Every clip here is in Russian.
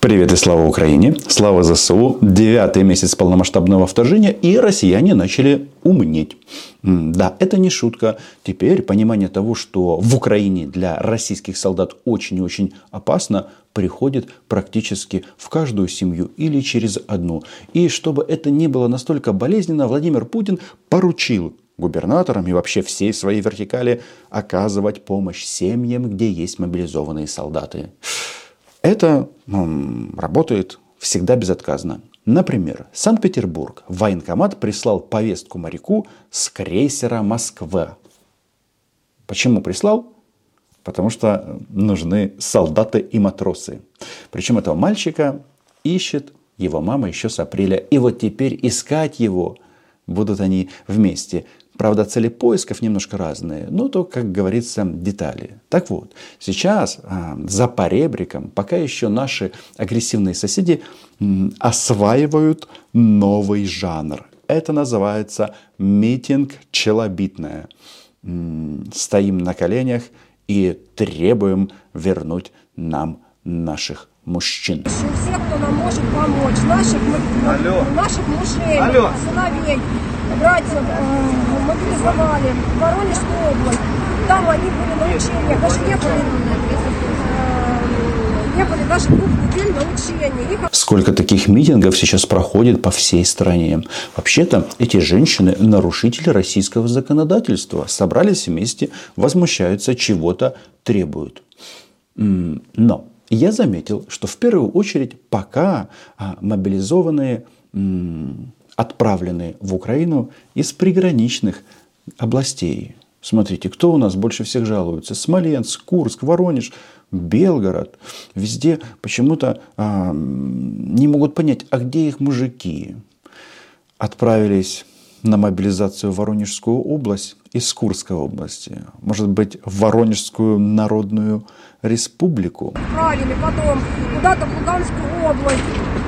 Привет и слава Украине, слава ЗСУ, 9-й месяц полномасштабного вторжения, и россияне начали умнеть. Да, это не шутка. Теперь понимание того, что в Украине для российских солдат очень и очень опасно, приходит практически в каждую семью или через одну. И чтобы это не было настолько болезненно, Владимир Путин поручил губернаторам и вообще всей своей вертикали оказывать помощь семьям, где есть мобилизованные солдаты. Это работает всегда безотказно. Например, Санкт-Петербург. Военкомат прислал повестку моряку с крейсера «Москва». Почему прислал? Потому что нужны солдаты и матросы. Причем этого мальчика ищет его мама еще с апреля. И вот теперь искать его будут они вместе. Правда, цели поисков немножко разные, но то, как говорится, детали. Так вот, сейчас за поребриком пока еще наши агрессивные соседи осваивают новый жанр. Это называется митинг челобитное. Стоим на коленях и требуем вернуть нам наших мужчин. Всех, кто нам может помочь, наших мужей, сыновей, братьев мобилизовали в Воронежскую область. Там они были на учениях, даже не были даже 2 недель на учениях. Сколько таких митингов сейчас проходит по всей стране. Вообще-то эти женщины нарушители российского законодательства. Собрались вместе, возмущаются, чего-то требуют. Но я заметил, что в первую очередь пока мобилизованные отправлены в Украину из приграничных областей. Смотрите, кто у нас больше всех жалуется? Смоленск, Курск, Воронеж, Белгород. Везде почему-то не могут понять, а где их мужики. Отправились на мобилизацию в Воронежскую область из Курской области. Может быть, в Воронежскую народную республику. Отправили потом куда-то в Луганскую область.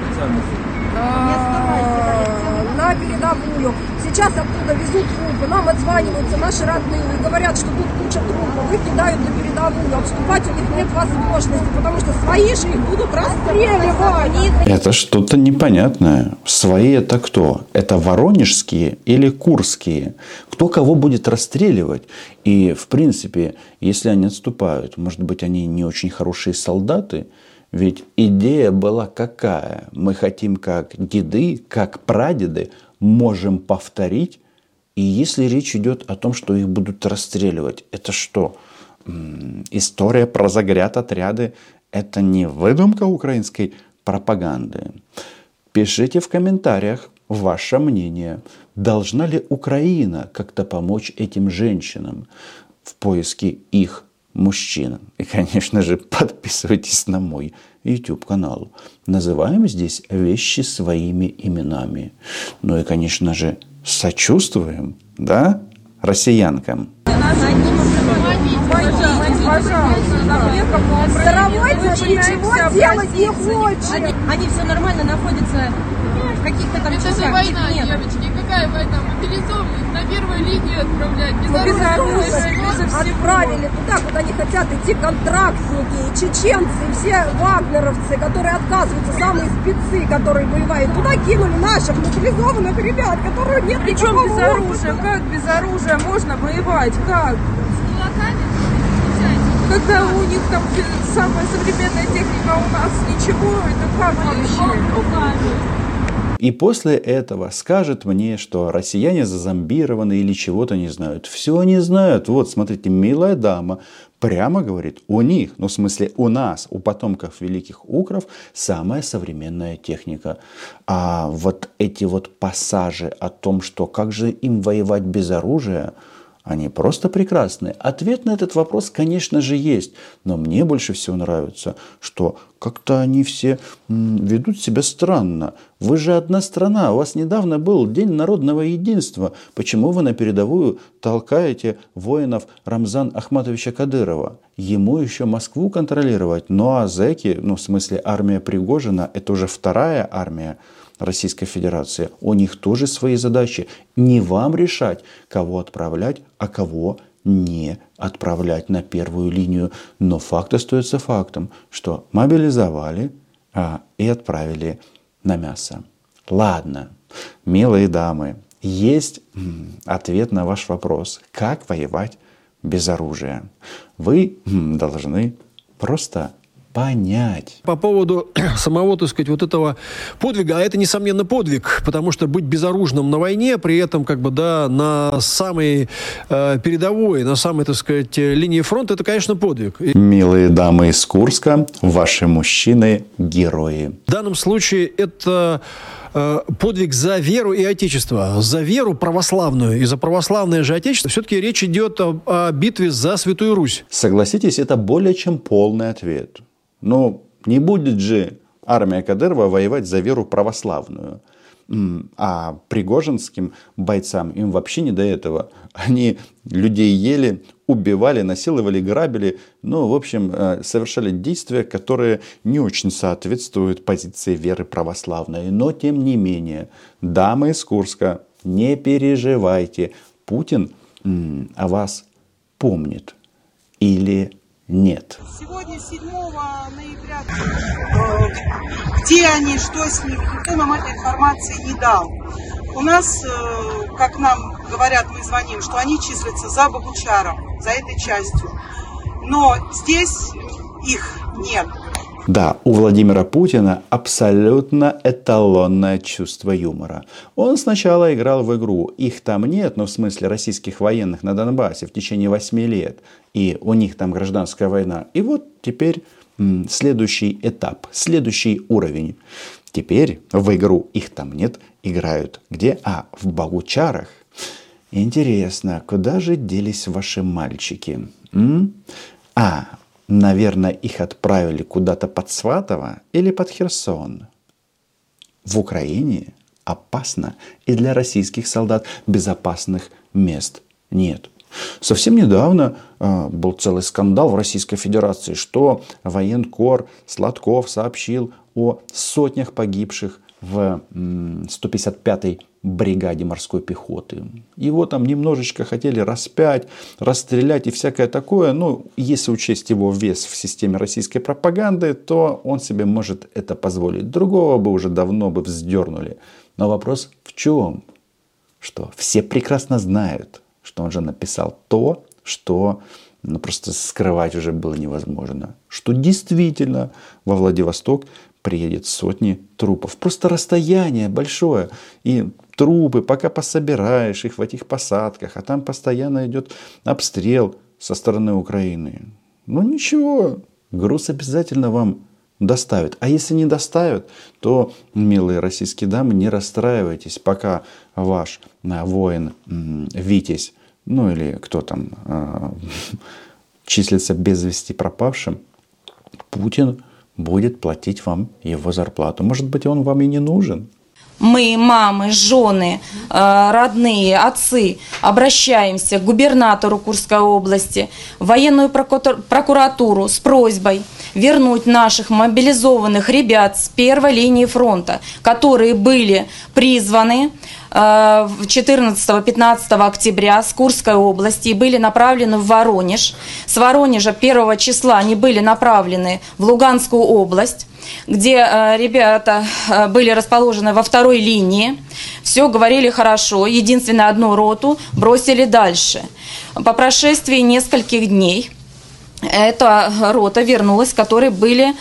На передовую. Сейчас оттуда везут трупы. Нам отзваниваются наши родные и говорят, что тут куча трупов. Их кидают на передовую. Отступать у них нет возможности, потому что свои же их будут расстреливать. Это что-то непонятное. Свои это кто? Это воронежские или курские? Кто кого будет расстреливать? И в принципе, если они отступают, может быть, они не очень хорошие солдаты? Ведь идея была какая? Мы хотим, как деды, как прадеды, можем повторить. И если речь идет о том, что их будут расстреливать, это что? История про загряд-отряды – это не выдумка украинской пропаганды. Пишите в комментариях ваше мнение. Должна ли Украина как-то помочь этим женщинам в поиске их мужчин? И, конечно же, подписывайтесь на мой YouTube-канал. Называем здесь вещи своими именами. Ну и, конечно же, сочувствуем, да, россиянкам. Ничего делать не хочет. Они все нормально находятся в каких-то там часах. Это же война, девочки. Какая война? Мобилизованных на первую линию отправлять. Отправили туда, куда не хотят идти контрактники, чеченцы, все вагнеровцы, которые отказываются, самые спецы, которые воевают. Туда кинули наших мобилизованных ребят, которые нет никакого без оружия. Как без оружия можно воевать? Как? С кулаками? Когда у них там самая современная техника, у нас ничего, это как вообще? И после этого скажет мне, что россияне зазомбированы или чего-то не знают. Все они знают. Вот, смотрите, милая дама прямо говорит, у них, ну в смысле у нас, у потомков великих укров, самая современная техника. А вот эти вот пассажи о том, что как же им воевать без оружия, они просто прекрасны. Ответ на этот вопрос, конечно же, есть. Но мне больше всего нравится, что как-то они все ведут себя странно. Вы же одна страна. У вас недавно был День народного единства. Почему вы на передовую толкаете воинов Рамзана Ахматовича Кадырова? Ему еще Москву контролировать. Ну а зэки, ну в смысле армия Пригожина, это уже вторая армия Российской Федерации. У них тоже свои задачи. Не вам решать, кого отправлять, а кого не отправлять на первую линию. Но факт остается фактом, что мобилизовали, и отправили на мясо. Ладно, милые дамы, есть ответ на ваш вопрос. Как воевать без оружия? Вы должны просто понять. По поводу самого, так сказать, вот этого подвига, а это, несомненно, подвиг, потому что быть безоружным на войне, при этом, как бы, да, на самой передовой, на самой, так сказать, линии фронта, это, конечно, подвиг. Милые дамы из Курска, ваши мужчины – герои. В данном случае это подвиг за веру и отечество, за веру православную и за православное же отечество. Все-таки речь идет о битве за Святую Русь. Согласитесь, это более чем полный ответ. Но не будет же армия Кадырова воевать за веру православную. А пригожинским бойцам им вообще не до этого. Они людей ели, убивали, насиловали, грабили. Ну, в общем, совершали действия, которые не очень соответствуют позиции веры православной. Но, тем не менее, дамы из Курска, не переживайте. Путин о вас помнит или нет. Сегодня 7 ноября. Где они, что с ними, никто нам этой информации не дал. У нас, как нам говорят, мы звоним, что они числятся за Богучаром, за этой частью. Но здесь их нет. Да, у Владимира Путина абсолютно эталонное чувство юмора. Он сначала играл в игру «их там нет», но в смысле российских военных на Донбассе в течение 8 лет. И у них там гражданская война. И вот теперь следующий этап, следующий уровень. Теперь в игру «их там нет» играют где? В Богучарах. Интересно, куда же делись ваши мальчики? Наверное, их отправили куда-то под Сватово или под Херсон. В Украине опасно, и для российских солдат безопасных мест нет. Совсем недавно был целый скандал в Российской Федерации, что военкор Сладков сообщил о сотнях погибших в 155-й бригаде морской пехоты. Его там немножечко хотели распять, расстрелять и всякое такое. Но если учесть его вес в системе российской пропаганды, то он себе может это позволить. Другого бы уже давно бы вздернули. Но вопрос в чем? Что все прекрасно знают, что он же написал то, что просто скрывать уже было невозможно. Что действительно во Владивосток приедет сотни трупов. Просто расстояние большое. И трупы, пока пособираешь их в этих посадках, а там постоянно идет обстрел со стороны Украины. Ну ничего, груз обязательно вам доставят. А если не доставят, то, милые российские дамы, не расстраивайтесь, пока ваш воин Витязь, ну или кто там числится без вести пропавшим, Путин будет платить вам его зарплату. Может быть, он вам и не нужен. Мы, мамы, жены, родные, отцы, обращаемся к губернатору Курской области, в военную прокуратуру с просьбой вернуть наших мобилизованных ребят с первой линии фронта, которые были призваны 14-15 октября с Курской области и были направлены в Воронеж. С Воронежа 1 числа они были направлены в Луганскую область, где ребята были расположены во второй линии. Все говорили хорошо. Единственное, одну роту бросили дальше. По прошествии нескольких дней эта рота вернулась, в которой были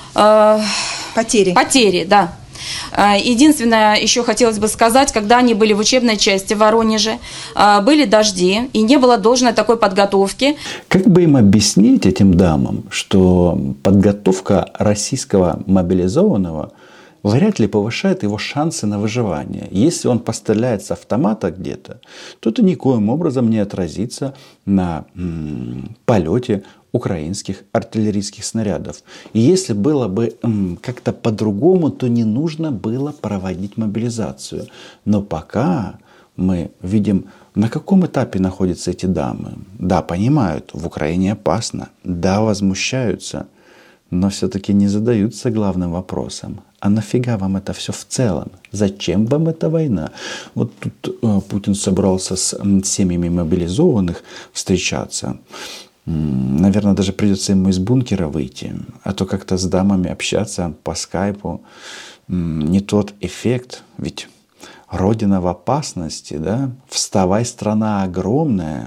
потери, да. Единственное, еще хотелось бы сказать, когда они были в учебной части в Воронеже, были дожди, и не было должной такой подготовки. Как бы им объяснить этим дамам, что подготовка российского мобилизованного вряд ли повышает его шансы на выживание? Если он постреляет с автомата где-то, то это никоим образом не отразится на полете украинских артиллерийских снарядов. И если было бы как-то по-другому, то не нужно было проводить мобилизацию. Но пока мы видим, на каком этапе находятся эти дамы. Да, понимают, в Украине опасно. Да, возмущаются. Но все-таки не задаются главным вопросом. А нафига вам это все в целом? Зачем вам эта война? Вот тут Путин собрался с семьями мобилизованных встречаться. Наверное, даже придется ему из бункера выйти, а то как-то с дамами общаться по скайпу не тот эффект, ведь Родина в опасности, да? Вставай, страна огромная.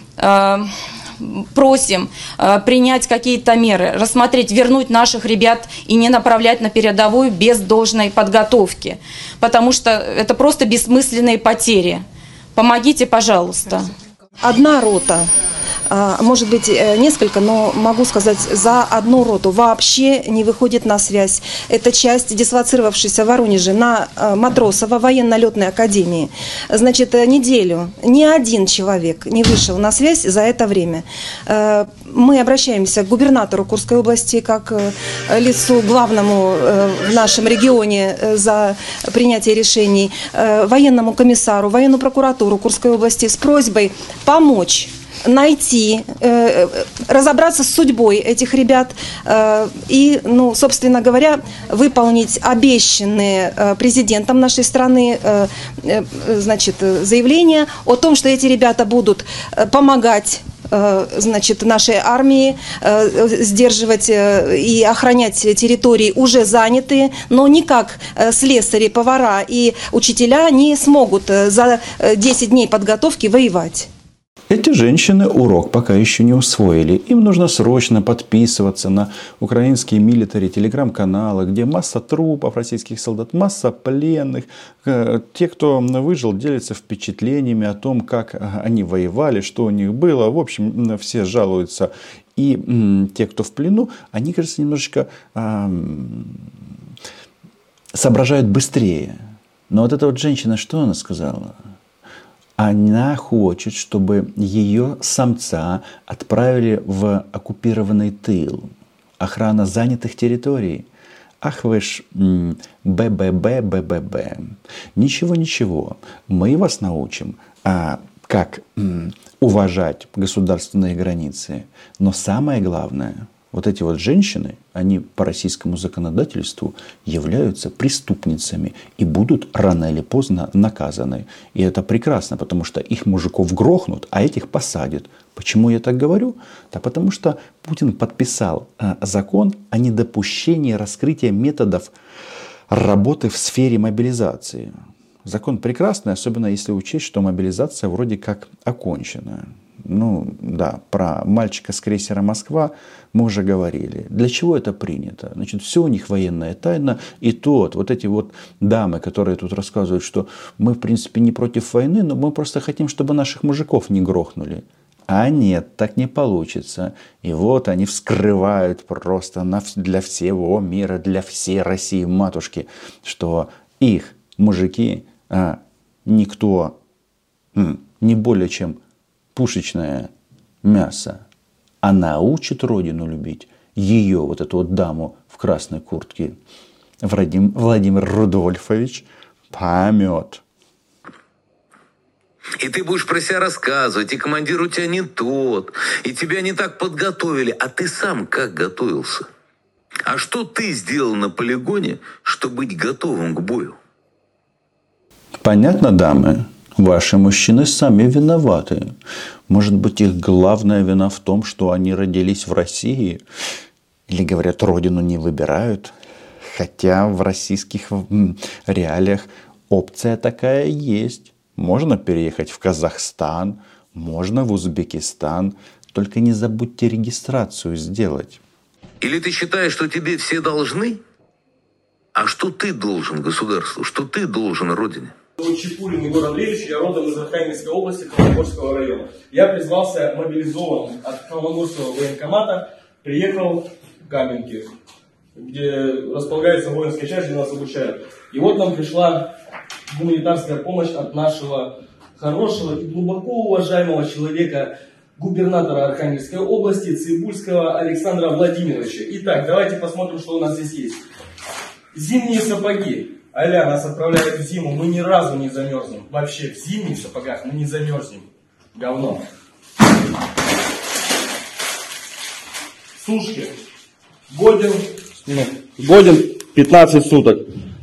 Просим принять какие-то меры, рассмотреть, вернуть наших ребят и не направлять на передовую без должной подготовки, потому что это просто бессмысленные потери. Помогите, пожалуйста. Одна рота, может быть несколько, но могу сказать, за одну роту вообще не выходит на связь. Это часть, дислоцировавшаяся в Воронеже на Матросово военно-летной академии. Значит, неделю ни один человек не вышел на связь за это время. Мы обращаемся к губернатору Курской области как лицу главному в нашем регионе за принятие решений, военному комиссару, военную прокуратуру Курской области с просьбой помочь найти, разобраться с судьбой этих ребят и, собственно говоря, выполнить обещанные президентом нашей страны, значит, заявления о том, что эти ребята будут помогать, значит, нашей армии сдерживать и охранять территории уже занятые, но никак слесари, повара и учителя не смогут за 10 дней подготовки воевать. Эти женщины урок пока еще не усвоили. Им нужно срочно подписываться на украинские милитари телеграм-каналы, где масса трупов российских солдат, масса пленных. Те, кто выжил, делятся впечатлениями о том, как они воевали, что у них было. В общем, все жалуются. И те, кто в плену, они, кажется, немножечко соображают быстрее. Но вот эта вот женщина, что она сказала? Она хочет, чтобы ее самца отправили в оккупированный тыл. Охрана занятых территорий. Ах вы ж БББ. Ничего. Мы вас научим, как уважать государственные границы. Но самое главное, вот эти вот женщины, они по российскому законодательству являются преступницами и будут рано или поздно наказаны. И это прекрасно, потому что их мужиков грохнут, а этих посадят. Почему я так говорю? Да потому что Путин подписал закон о недопущении раскрытия методов работы в сфере мобилизации. Закон прекрасный, особенно если учесть, что мобилизация вроде как окончена. Про мальчика с крейсера «Москва» мы уже говорили. Для чего это принято? Значит, все у них военная тайна. И вот эти вот дамы, которые тут рассказывают, что мы, в принципе, не против войны, но мы просто хотим, чтобы наших мужиков не грохнули. А нет, так не получится. И вот они вскрывают просто для всего мира, для всей России матушки, что их мужики никто не более чем пушечное мясо. А научит родину любить ее, вот эту вот даму в красной куртке, Владимир Рудольфович поймет. И ты будешь про себя рассказывать, и командир у тебя не тот, и тебя не так подготовили, а ты сам как готовился? А что ты сделал на полигоне, чтобы быть готовым к бою? Понятно, дамы? Ваши мужчины сами виноваты. Может быть, их главная вина в том, что они родились в России? Или, говорят, родину не выбирают? Хотя в российских реалиях опция такая есть. Можно переехать в Казахстан, можно в Узбекистан. Только не забудьте регистрацию сделать. Или ты считаешь, что тебе все должны? А что ты должен государству? Что ты должен родине? Чепурин Егор Андреевич, я родом из Архангельской области, Колмогорского района. Я призвался мобилизованным от Колмогорского военкомата, приехал в Каменки, где располагается воинская часть, где нас обучают. И вот нам пришла гуманитарская помощь от нашего хорошего и глубоко уважаемого человека, губернатора Архангельской области, Цибульского Александра Владимировича. Итак, давайте посмотрим, что у нас здесь есть. Зимние сапоги. Аля, нас отправляют в зиму, мы ни разу не замерзнем. Вообще, в зимних сапогах мы не замерзнем. Говно. Сушки. Годен 15 суток.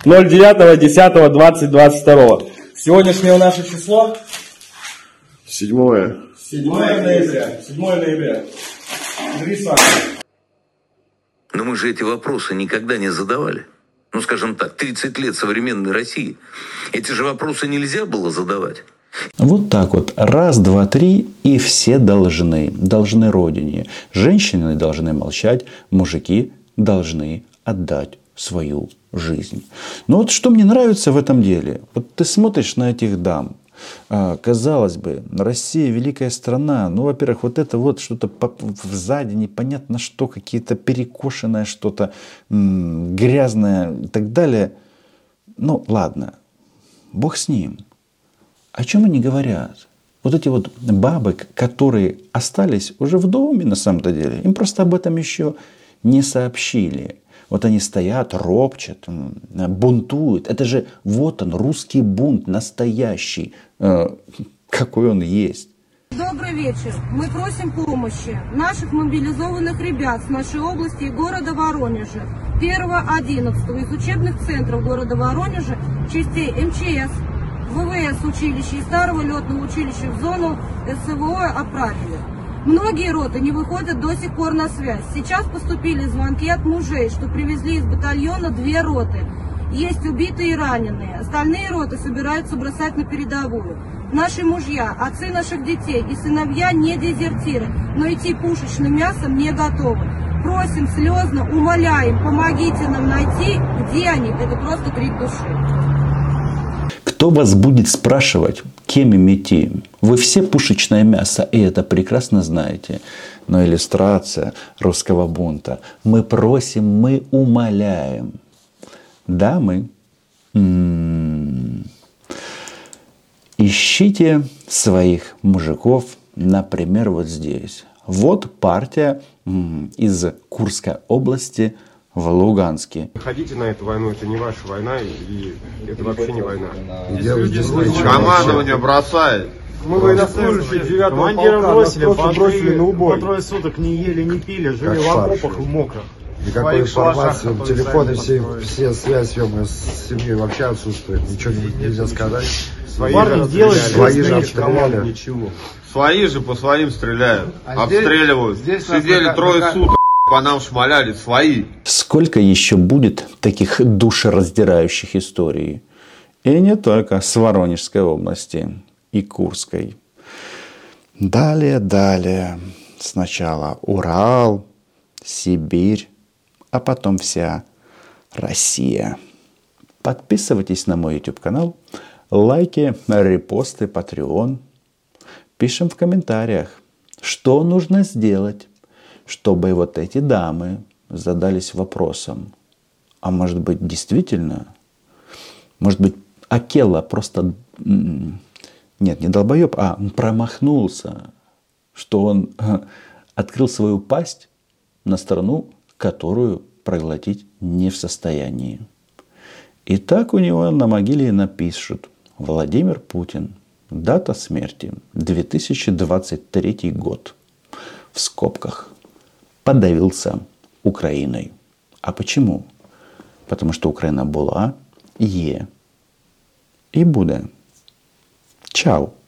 09.10.2022. Сегодняшнее наше число? 7 ноября. 7 ноября. Но мы же эти вопросы никогда не задавали. Ну, скажем так, 30 лет современной России. Эти же вопросы нельзя было задавать. Вот так вот. Раз, два, три, и все должны. Должны родине. Женщины должны молчать, мужики должны отдать свою жизнь. Но вот что мне нравится в этом деле. Вот ты смотришь на этих дам. Казалось бы, Россия великая страна. Ну, во-первых, вот это вот что-то сзади, непонятно что, какие-то перекошенное что-то, грязное и так далее. Ну, ладно, бог с ним. О чем они говорят? Вот эти вот бабы, которые остались уже в доме на самом-то деле, им просто об этом еще не сообщили. Вот они стоят, ропчат, бунтуют. Это же вот он, русский бунт настоящий, какой он есть. Добрый вечер. Мы просим помощи наших мобилизованных ребят с нашей области и города Воронежа. 1-11 из учебных центров города Воронежа, частей МЧС, ВВС училища и старого летного училища в зону СВО отправили. Многие роты не выходят до сих пор на связь. Сейчас поступили звонки от мужей, что привезли из батальона 2 роты. Есть убитые и раненые. Остальные роты собираются бросать на передовую. Наши мужья, отцы наших детей и сыновья не дезертиры, но идти пушечным мясом не готовы. Просим слезно, умоляем, помогите нам найти, где они. Это просто крик души. Кто вас будет спрашивать, кем им идти? Вы все пушечное мясо, и это прекрасно знаете. Но иллюстрация русского бунта. Мы просим, мы умоляем. Да, мы. Ищите своих мужиков, например, вот здесь. Вот партия из Курской области в Луганске. Ходите на эту войну, это не ваша война, и это вообще не война. Командование бросает. Мы военнослужащие 9-го полка, нас просто бросили на убой. По 3 суток не ели, не пили, жили в окопах в мокрых. Никакой информации, телефоны, все связь с семьей вообще отсутствует. Ничего нельзя сказать. Свои же обстреляли. Ничего. Свои же по своим стреляют, обстреливают. Сидели 3 суток, по нам шмаляли, свои. Сколько еще будет таких душераздирающих историй? И не только с Воронежской области и Курской. Далее. Сначала Урал, Сибирь, а потом вся Россия. Подписывайтесь на мой YouTube канал. Лайки, репосты, Patreon. Пишем в комментариях, что нужно сделать, чтобы вот эти дамы задались вопросом. А может быть, действительно, может быть, Акела просто, нет, не долбоеб, а промахнулся, что он открыл свою пасть на страну, которую проглотить не в состоянии. И так у него на могиле напишут: Владимир Путин, дата смерти 2023 год. В скобках. Подавился Украиной. А почему? Потому что Украина была, є і буде. Чао!